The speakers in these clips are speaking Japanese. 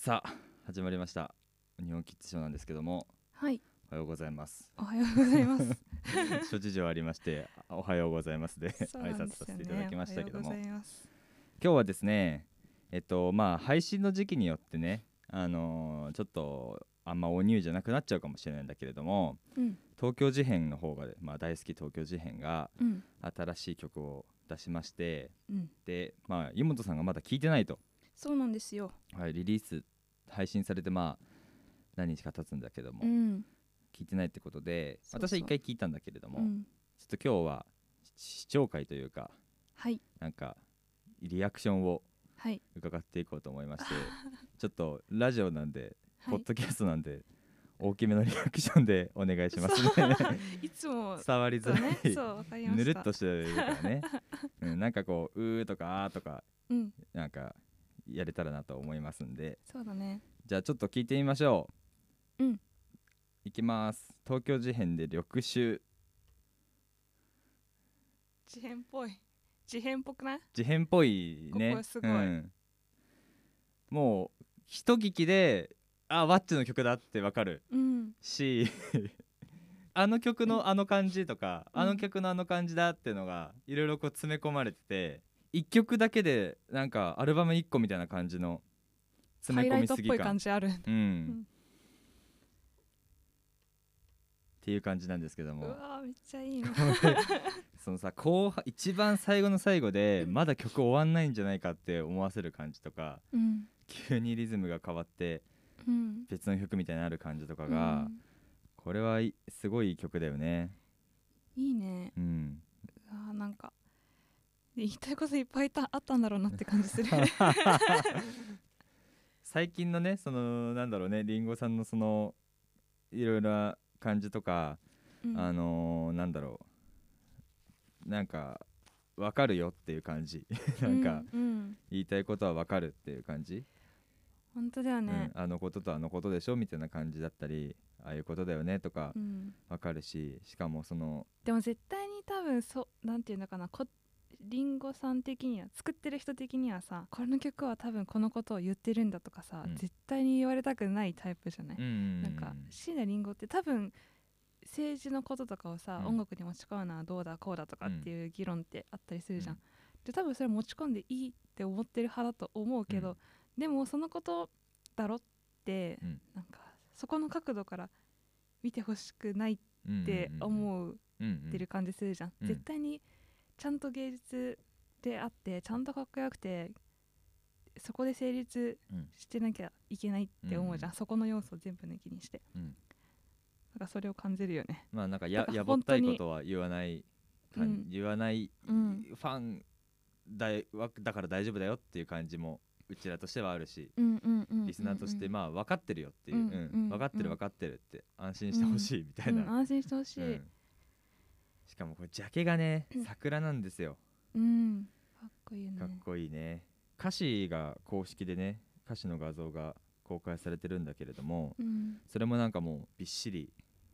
さあ始まりました日本キッズショーなんですけども、 はい、 おはようございます。 おはようございます諸事情ありましておはようございますでそう挨なんですよ拶させていただね。 きましたけどおはようござも、 います。 今日はですね配信の時期によってねちょっとあんまおニューじゃなくなっちゃうかもしれないんだけれども、 うん東京事変の方が、大好き東京事変がうん新しい曲を出しまして、 うんで湯本さんがまだ聞いてないと、 そうなんですよ。 はい、リリース配信されて何日か経つんだけども、 うん聞いてないってことで、 そうそう私は一回聞いたんだけれども、 うんちょっと今日は視聴会というかはいなんかリアクションをはい伺っていこうと思いましてちょっとラジオなんで、 はいポッドキャストなんで大きめのリアクションでお願いしますねいつも伝わりづらい、 ね、そうわかりました。 ぬるっとしてるからね、なんかこううーとかあーとかうんなんかやれたらなと思いますんで、 そうだね。 じゃあちょっと聞いてみましょう。 うんいきます。東京事変で緑秋。 事変っぽい。事変っぽくない？ 事変っぽいね。 ここすごいもう一聞きでワッチの曲だってわかるうんしあの曲のあの感じとか、 うんあの曲のあの感じだっていうのがいろいろこう詰め込まれてて、一曲だけでなんかアルバム1個みたいな感じの詰め込みすぎハイライトっぽい感感、 じある。 っていう感じなんですけどうも、 わーめっちゃいいね。 そのさ後半一番最後の最後でまだ曲終わんないんじゃないかって思わせる感じとか、 うん急にリズムが変わってうん別の曲みたいになる感じとかが、これはすごいいい曲だよね。 いいね。 うんうわーなんか言いたいこといっぱいあったんだろうなって感じする。 最近のねそのなんだろうね、りんごさんのそのいろいろな感じとか、 うんなんだろう、なんかわかるよっていう感じなんかうん言いたいことはわかるっていう感じ、 本当だよね。 あのこととあのことでしょみたいな感じだったり、ああいうことだよねとかわかるし、しかもそのでも絶対に多分なんていうのかな、リンゴさん的には作ってる人的にはさ、この曲は多分このことを言ってるんだとかさ、絶対に言われたくないタイプじゃない。なんか椎名林檎って多分政治のこととかをさ、音楽に持ち込むのはどうだこうだとかっていう議論ってあったりするじゃん、で多分それ持ち込んでいいって思ってる派だと思うけど、でもそのことだろって、なんかそこの角度から見てほしくないって思ってる感じするじゃん、絶対にちゃんと芸術であってちゃんとかっこよくてそこで成立してなきゃいけないって思うじゃん、そこの要素を全部抜きにして、なんかそれを感じるよね。 なんかやぼったいことは言わない、言わない、ファンだから大丈夫だよっていう感じもうちらとしてはあるし、リスナーとして分かってるよっていう、分かってるって安心してほしいみたいな、 安心してほしい、 しかもこれジャケがね桜なんですよ。 かっこいいね。 かっこいいね。歌詞が公式でね、歌詞の画像が公開されてるんだけれども、それもなんかもうびっしり、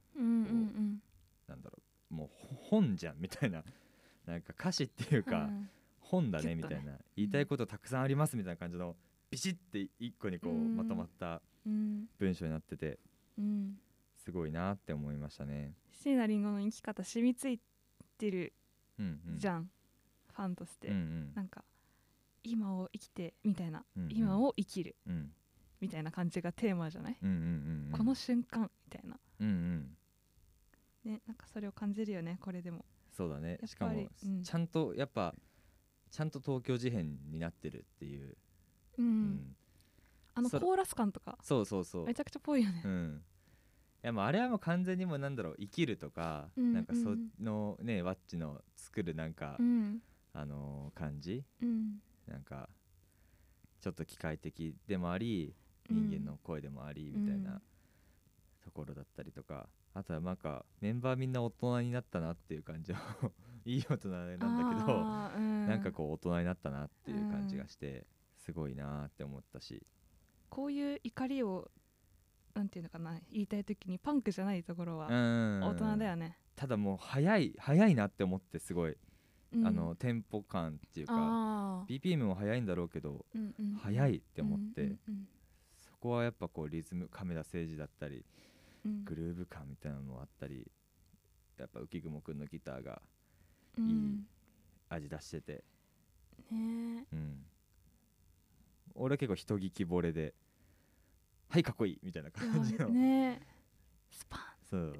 なんだろう、もう本じゃんみたいな、なんか歌詞っていうか、本だねみたいな、言いたいことたくさんありますみたいな感じのビシッて一個にこうまとまった文章になってて、すごいなって思いましたね。 椎名林檎の生き方染みついてるじゃん、ファンとして、なんか今を生きてみたいな、今を生きる、みたいな感じがテーマじゃない、この瞬間みたいな、ね、なんかそれを感じるよね、これでも。 そうだね。しかも、ちゃんとやっぱちゃんと東京事変になってるっていう、あのコーラス感とかそうめちゃくちゃぽいよね。 いやもうあれはもう完全にもうなんだろう、生きるとか、なんかそのねワッチの作るなんか、感じ、なんかちょっと機械的でもあり人間の声でもありみたいなところだったりとか、あとはなんかメンバーみんな大人になったなっていう感じをいい大人なんだけど、なんかこう大人になったなっていう感じがしてすごいなって思ったし、 こういう怒りをなんていうのかな、言いたい時にパンクじゃないところは大人だよね。 ただもう早いなって思って、すごい、テンポ感っていうか BPM も早いんだろうけど、早いって思って、そこはやっぱこうリズム亀田誠治だったり、 うん、 グルーヴ感みたいなのもあったり、やっぱ浮雲くんのギターがうん、 いい味出してて、 ね、 うん、俺は結構人聞き惚れで、はいかっこいいみたいな感じのね、スパン、 そう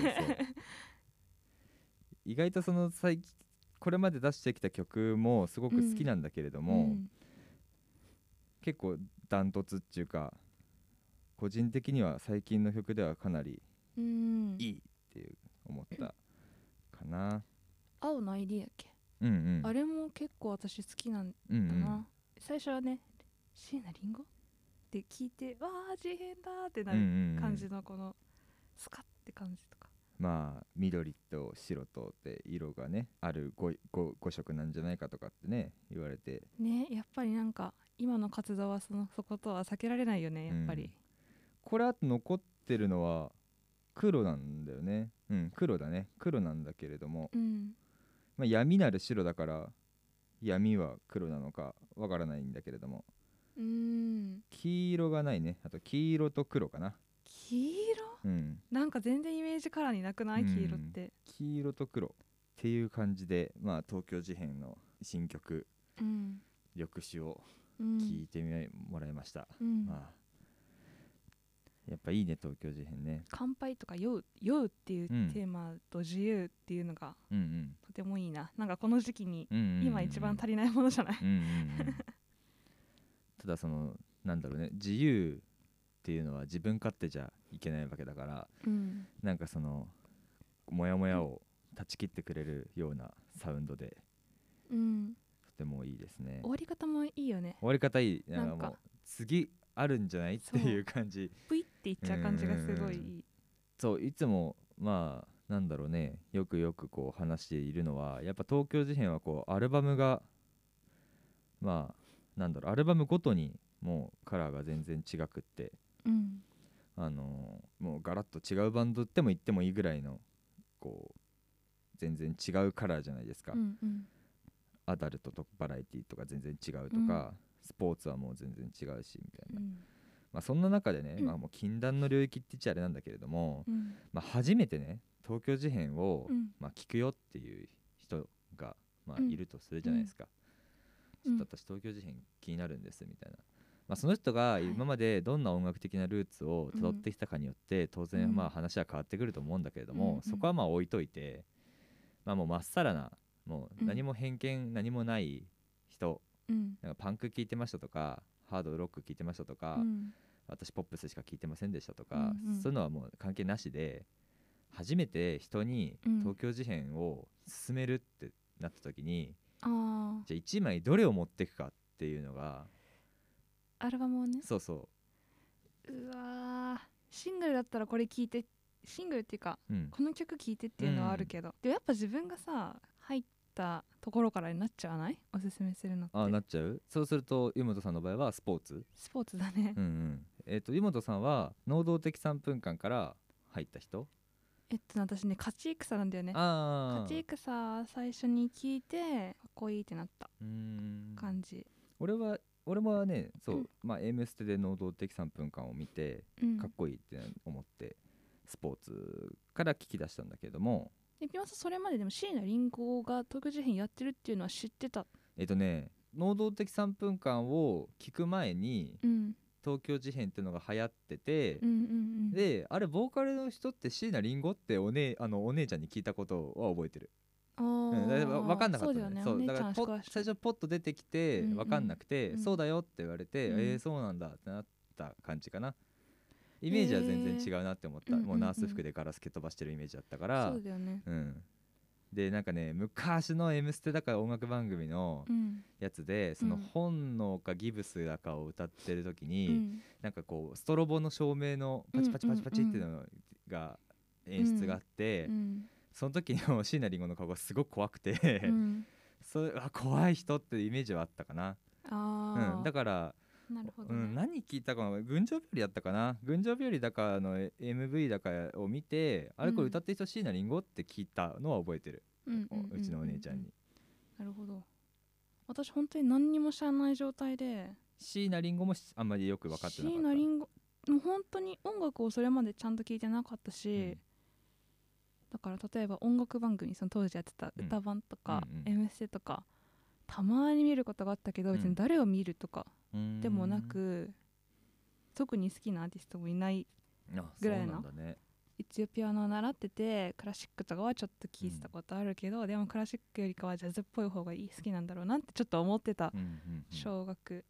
意外とそのこれまで出してきた曲もすごく好きなんだけれども、 うん、 結構ダントツっていうか、個人的には最近の曲ではかなりいいっていう思ったかな。 青の ID やっけ、 うんうん、 あれも結構私好きなんだな、 うんうん、 最初はね椎名林檎って聞いてわー事変だってなるうんうんうん、 感じのこのスカッって感じとか、 まあ緑と白とで色がねある 5色なんじゃないかとかってね言われてね、やっぱりなんか今の活動はそことは避けられないよねやっぱり、 これあと残ってるのは黒なんだよね。黒だね、黒なんだけれども、まあ、闇なる白だから闇は黒なのかわからないんだけれども、黄色がないね。あと黄色と黒かな。 黄色、なんか全然イメージカラーになくない、黄色って。 黄色と黒っていう感じで、まあ東京事変の新曲、緑詞を聴いてもらいました。まあやっぱいいね東京事変ね。 乾杯とか酔うっていうテーマと自由っていうのがとてもいいな。なんかこの時期に今一番足りないものじゃない。 ただそのなんだろうね、自由っていうのは自分勝手じゃいけないわけだから、なんかそのモヤモヤを断ち切ってくれるようなサウンドで、とてもいいですね。 終わり方もいいよね。 終わり方いい。なんかもう次あるんじゃないっていう感じ、 プイっていっちゃう感じがすごいいい。 そういつもまあなんだろうね、よくこう話しているのは、やっぱ東京事変はこうアルバムがまあなんだろう、アルバムごとにもうカラーが全然違くって、もうガラッと違うバンドっても言ってもいいぐらいのこう全然違うカラーじゃないですか。アダルトとバラエティとか全然違うとか、スポーツはもう全然違うしみたいな、まあ、そんな中でね、まあ、もう禁断の領域って言っちゃあれなんだけれども、まあ、初めてね東京事変を、まあ、聞くよっていう人が、まあ、いるとするじゃないですか。ちょっと私東京事変気になるんですみたいな、まあ、その人が今までどんな音楽的なルーツをたどってきたかによって当然まあ話は変わってくると思うんだけれども、そこはまあ置いといて、まあ、もうまっさらなもう何も偏見何もない人、なんかパンク聞いてましたとかハードロック聞いてましたとか、私ポップスしか聞いてませんでしたとか、そういうのはもう関係なしで、初めて人に東京事変を勧めるってなった時に、じゃあ1枚どれを持っていくかっていうのが、 アルバムをね、 そうそう、 うわシングルだったらこれ聞いて、シングルっていうか、この曲聴いてっていうのはあるけど、でもやっぱ自分がさ入ったところからになっちゃわない？おすすめするのって。 なっちゃう。そうすると湯本さんの場合はスポーツだね。 湯本さんは能動的3分間から入った人？ 私ね勝ち戦なんだよね。勝ち戦最初に聞いてかっこいいってなった感じ。 俺もね、そう、まあ M ステで能動的3分間を見て、かっこいいって思ってスポーツから聞き出したんだけども、 ピマさんそれまででも椎名林檎が東京事変やってるっていうのは知ってた？ 能動的3分間を聞く前に、東京事変っていうのが流行ってて、であれボーカルの人って椎名林檎ってお姉ちゃんに聞いたことは覚えてる。分かんなかったね。そうだから最初ポッと出てきて分かんなくて、そうだよって言われて、そうなんだってなった感じかな。イメージは全然違うなって思った。もうナース服でガラス蹴飛ばしてるイメージだったから。 そうだよね。 でなんかね、昔の「M ステ」だから音楽番組のやつで、その本能かギブスだかを歌ってる時に、なんかこうストロボの照明のパチパチパチパチっていうのが演出があって、その時の椎名林檎の顔がすごく怖くて怖い人ってイメージはあったかな。だからなるほどね。 何聞いたかな、群青日和だったかな、群青日和だかの MV だかを見て、あれこれ歌ってる人椎名林檎って聞いたのは覚えてる、うちのお姉ちゃんに。 なるほど。私本当に何にも知らない状態で椎名林檎もあんまりよく分かってなかった。 椎名林檎もう本当に音楽をそれまでちゃんと聞いてなかったし、だから例えば音楽番組その当時やってた歌番とか、M ステとかたまに見ることがあったけど、別に誰を見るとかでもなく、特に好きなアーティストもいないぐらいの。一応ピアノを習っててクラシックとかはちょっと聞いてたことあるけど、でもクラシックよりかはジャズっぽい方が好きなんだろうなってちょっと思ってた、小学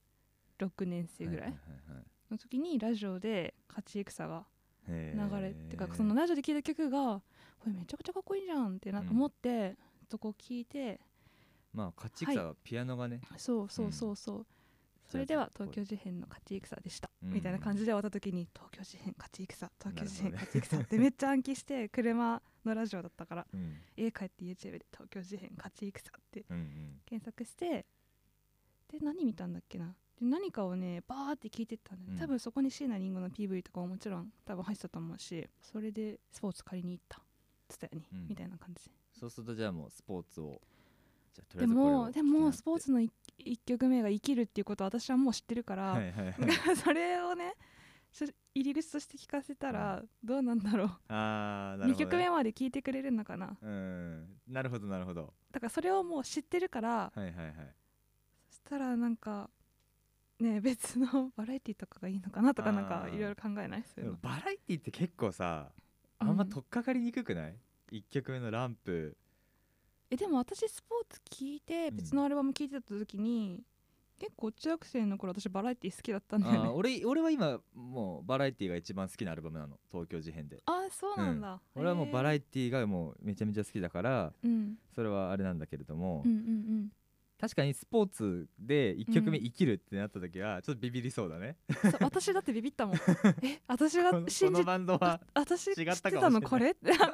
6年生ぐらいの時にラジオで勝ち戦が流れてか、そのラジオで聴いた曲がこれめちゃくちゃかっこいいじゃんって思ってそこ聴いて、 まあ勝ち戦はピアノがね、 そうそれでは東京事変の勝ち戦でした、みたいな感じで終わった時に東京事変勝ち戦東京事変勝ち戦ってめっちゃ暗記して車のラジオだったから、家帰って YouTube で東京事変勝ち戦って検索して、で何見たんだっけな、で何かをねバーって聞いてったんだよね、多分そこに椎名林檎の PV とかももちろん多分入ってたと思うし、それでスポーツ借りに行ったつったよね、みたいな感じで。 そうするとじゃあもうスポーツをでもスポーツの1曲目が生きるっていうことは私はもう知ってるから、それをね入り口として聞かせたらどうなんだろう、2曲目まで聞いてくれるのかな。 なるほどなるほど。 だからそれをもう知ってるから、そしたらなんかね別のバラエティとかがいいのかなとか、なんかいろいろ考えない？そういうのバラエティって結構さあんま取っかかりにくくない？ 1 曲目のランプ。 でも私スポーツ聞いて別のアルバム聞いてた時に、結構中学生の頃私バラエティ好きだったんだよね。 俺は今もうバラエティが一番好きなアルバムなの、東京事変で。 そうなんだ、 俺はもうバラエティがもうめちゃめちゃ好きだから、それはあれなんだけれども、確かにスポーツで1曲目生きるってなった時はちょっとビビりそうだね。 私だってビビったもん。私が信じこのバンドは私知ってたのこれってなって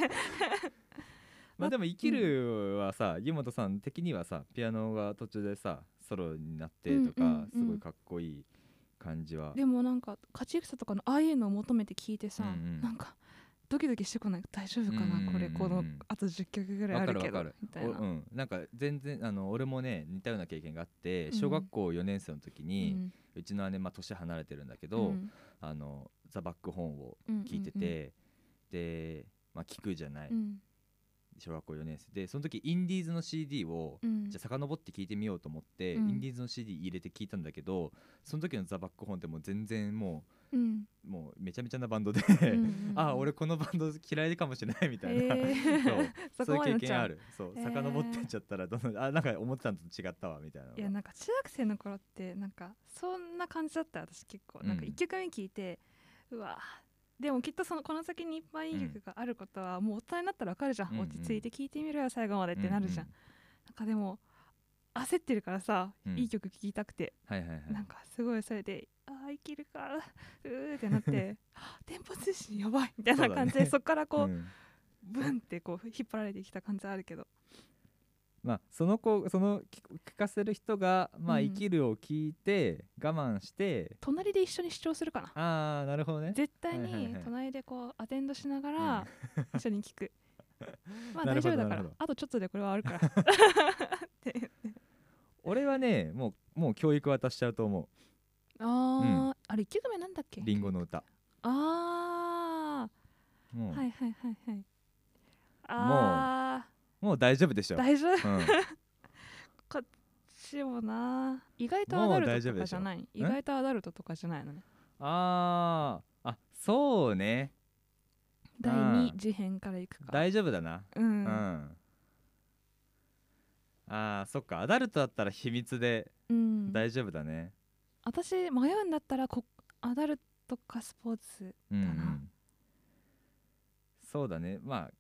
まあでも生きるはさ、湯本さん的にはさピアノが途中でさソロになってとか、すごいかっこいい感じは。 でもなんか勝ち戦とかのああいうのを求めて聞いてさ、なんかドキドキしてこない？大丈夫かな、これこのあと10曲ぐらいあるけどみたいな。 なんか全然俺もね似たような経験があって、小学校4年生の時に、うちの姉年離れてるんだけど、ザ・バックホーンを聞いてて、で聞くじゃない、小学校4年生で、その時インディーズの CD を、じゃあ遡って聴いてみようと思って、インディーズの CD 入れて聴いたんだけど、その時のザ・バックホーンってもう全然もうめちゃめちゃなバンドで俺このバンド嫌いかもしれないみたいな、そういう経験ある。遡ってっちゃったらなんか思ってたのと違ったわみたいな。 いやなんか中学生の頃ってなんかそんな感じだった。私結構なんか1曲目聴いて、うわでもきっとこの先にいっぱいいい曲があることはもう大人になったら分かるじゃん、落ち着いて聴いてみろよ最後までってなるじゃん、なんかでも焦ってるからさ、いい曲聴きたくて、なんかすごいそれで生きるかってなって電波通信やばいみたいな感じで、そっからこう、ブンってこう引っ張られてきた感じはあるけど、 その聞かせる人が生きるを聞いて我慢して隣で一緒に視聴するかな。 なるほどね。 絶対に隣でこうアテンドしながら一緒に聞く。大丈夫だから、あとちょっとでこれはあるから俺はねもう教育渡しちゃうと思う。 あれ1曲目なんだっけ？ リンゴの歌。もう大丈夫でしょ。 大丈夫こっちもな、意外とアダルトとかじゃない？意外とアダルトとかじゃないのね。 そうね。 第2次編からいくか。 大丈夫だな。そっか、アダルトだったら秘密で大丈夫だね。 私迷うんだったらアダルトかスポーツだな。 そうだね。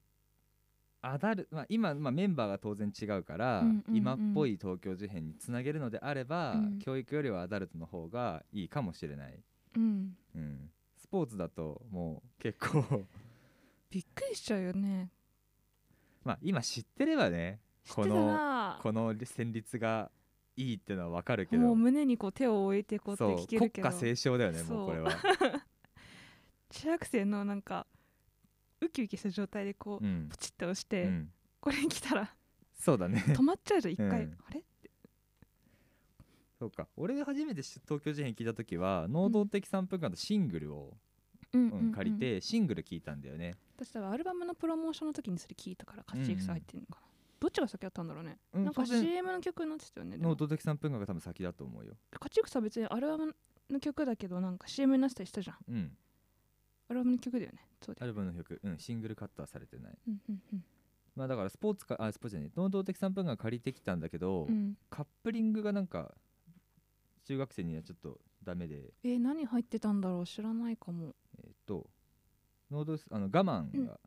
今、メンバーが当然違うから、今っぽい東京事変につなげるのであれば、教育よりはアダルトの方がいいかもしれない。スポーツだともう結構びっくりしちゃうよね。 今知ってればね、この旋律がいいってのは分かるけど、 もう胸にこう手を置いてこうって聞けるけど、 国歌斉唱だよね。もうこれは中学生のなんかウキウキした状態でこう、ポチッと押して、これ来たらそうだね止まっちゃうじゃん一回、あれって。 そうか、俺が初めて東京事変聞いた時は能動的3分間のシングルを、借りてシングル聞いたんだよね。 私多分アルバムのプロモーションの時にそれ聞いたから勝ち戦入ってるのかな、どっちが先だったんだろうね、なんか CM の曲になってたよね。 能動的3分間が多分先だと思うよ。 勝ち戦は別にアルバムの曲だけどなんか CM になってたりしたじゃん。アルバムの曲だよね。そうだよ。 アルバムの曲、シングルカットはされてない。まあだからスポーツじゃねえ、能動的3分間借りてきたんだけど、カップリングがなんか中学生にはちょっとダメで。 何入ってたんだろう、知らないかも。 能動我慢が、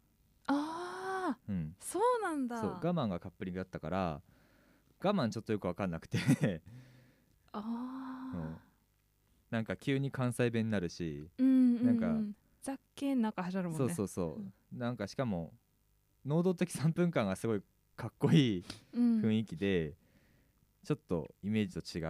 そうなんだ。 そう、我慢がカップリングだったから我慢ちょっとよく分かんなくてなんか急に関西弁になるし、なんかざっけんなんか始まるもんね。 そうなんかしかも能動的3分間がすごいかっこいい雰囲気で、ちょっとイメージと違って、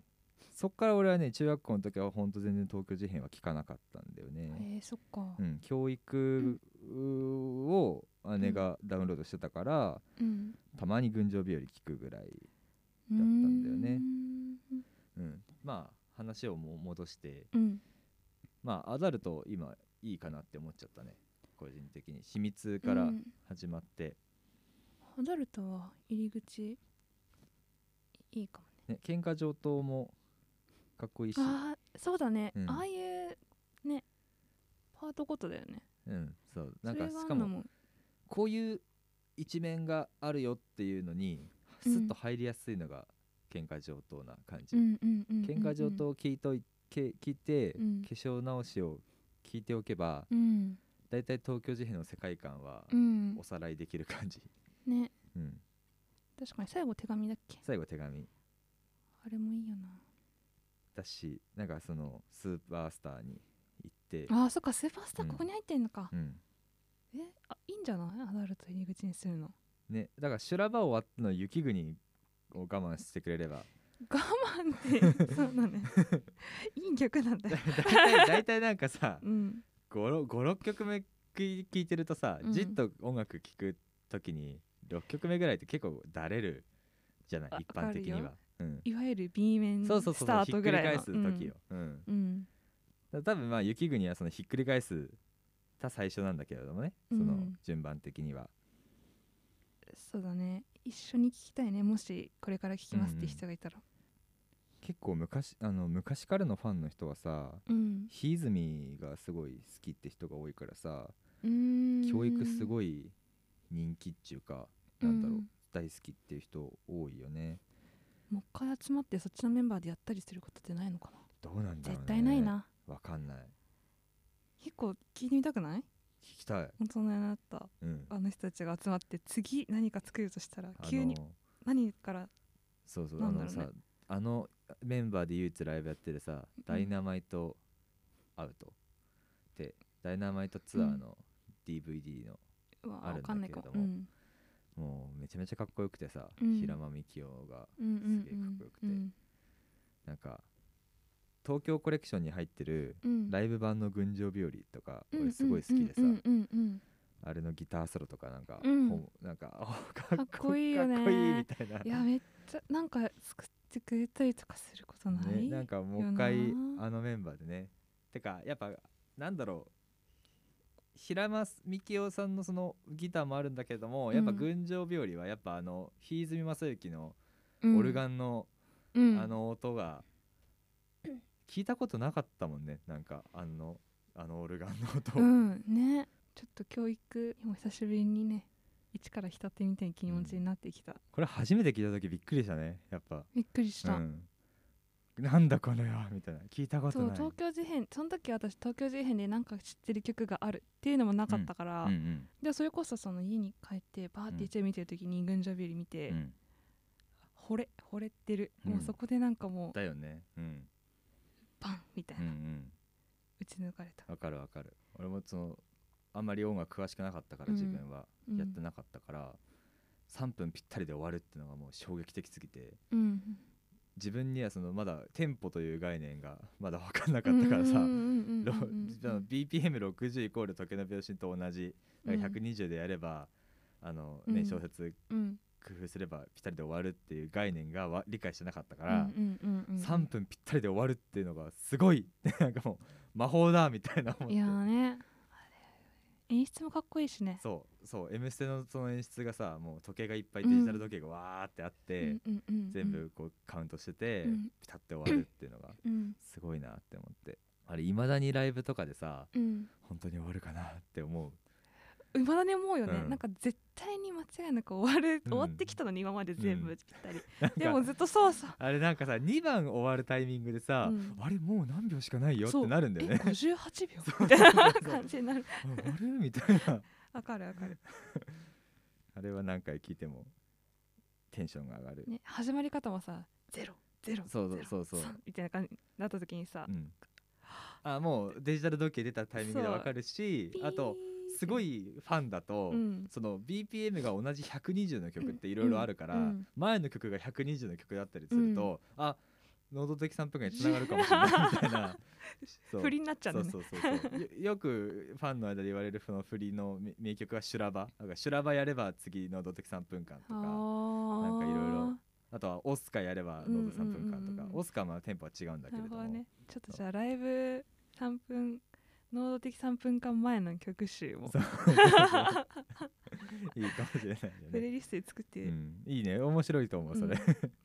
そっから俺はね中学校の時はほんと全然東京事変は聞かなかったんだよね。 そっか。 教育を姉がダウンロードしてたから、たまに群青日和聞くぐらいだったんだよね。まあ話を戻して、まあアダルト今いいかなって思っちゃったね、個人的に。秘密から始まって、 アダルトは入り口いいかもね。 喧嘩上等もかっこいいし。 そうだね、ああいうねパートごとだよね。 そうなんかしかもこういう一面があるよっていうのにスッと入りやすいのが喧嘩上等な感じ。喧嘩上等を聞いて、化粧直しを聞いておけば、だいたい東京事変の世界観はおさらいできる感じね。確かに最後手紙だっけ。 最後手紙、 あれもいいよな。 だし、なんかそのスーパースターに行って、 そっか、スーパースターここに入ってんのか。いいんじゃない、アダルト入り口にするのね。だから修羅場終わったの雪国を我慢してくれれば。 我慢ってそうだねいい曲なんだよだいたいなんかさ、5,6 曲目聴いてるとさ、じっと音楽聴くときに6曲目ぐらいって結構だれるじゃない、一般的には。 いわゆる B 面スタートぐらいのひっくり返す時よ。多分まあ雪国はそのひっくり返すた最初なんだけれどもね、その順番的には。 そうだね、一緒に聴きたいね、もしこれから聴きますって人がいたら。 結構昔からのファンの人はさ、ひ泉がすごい好きって人が多いからさ、教育すごい人気っていうか、なんだろう、大好きっていう人多いよね。 もう一回集まってそっちのメンバーでやったりすることってないのかな。 どうなんだろうね。 絶対ないな。 わかんない。 結構聞いてみたくない？ 聞きたい。 大人になった、あの人たちが集まって次何か作るとしたら急に何から、 そうあのメンバーで唯一ライブやってるさ、ダイナマイトアウトってダイナマイトツアーの DVD のあるんだけれども、もうめちゃめちゃかっこよくてさ、平間幹雄がすげえかっこよくて、なんか東京コレクションに入ってるライブ版の群青日和とか俺すごい好きでさ、あれのギターソロとかなんか、なんかかっこいいよね、かっこいいみたいな。 いやめっちゃなんか作ってくれたりとかすることない、 なんかもう一回あのメンバーでね。てかやっぱなんだろう、平間幹雄さんのそのギターもあるんだけれども、やっぱ群青日和はやっぱ日泉正幸のオルガンの、あの音が聞いたことなかったもんね。なんかあのオルガンの音、 ね。ちょっと教育も久しぶりにね、一から浸ってみたい気持ちになってきた。 これ初めて聞いた時びっくりしたね。やっぱびっくりした、 なんだこのよみたいな、聞いたことない。 東京事変、その時私東京事変でなんか知ってる曲があるっていうのもなかったから、でそれこそその家に帰ってバーって一応見てる時に群青日和見て、惚れてる、もうそこでなんかもうだよね、 バンみたいな、打ち抜かれた。 わかるわかる。俺もそのあんまり音楽詳しくなかったから、自分はやってなかったから、3分ぴったりで終わるっていうのがもう衝撃的すぎて、自分にはそのまだテンポという概念がまだ分かんなかったからさ、BPM60 イコール時の秒針と同じ120でやれば小説工夫すればぴったりで終わるっていう概念が理解してなかったから、3分ぴったりで終わるっていうのがすごいなんかもう魔法だみたいな思って。 いやね、演出もかっこいいしね。 そう「M ステ」のその演出がさ、もう時計がいっぱい、デジタル時計がわーってあって、全部こうカウントしてて、ピタッて終わるっていうのがすごいなって思って、あれいまだにライブとかでさ、本当に終わるかなって思う。 いまだに思うよね、なんか絶対に間違いなく終わってきたのに、今まで全部ぴったり、でもずっとそうあれなんかさ、2番終わるタイミングでさ、あれもう何秒しかないよってなるんだよね。 58秒みたいな感じになる。 あれみたいな。 わかるわかる。 あれは何回聞いてもテンションが上がる、 ね、始まり方もさ0 0 そうみたいな感じになった時にさ、 もうデジタル時計出たタイミングでわかるし、あとすごいファンだと、その BPM が同じ120の曲っていろいろあるから、前の曲が120の曲だったりすると、能動的3分間につながるかもしれないみたいな振りになっちゃうね。 よくファンの間で言われるその振りの名曲は修羅場、だから修羅場やれば次能動的3分間とか、なんかいろいろ、あとはオスカやれば能動3分間とか、オスカはテンポは違うんだけれども、 ね、ちょっとじゃあライブ3分能動的3分間前の曲集もいいかもしれないよね。 プレイリストで作って、 いいね、面白いと思うそれ。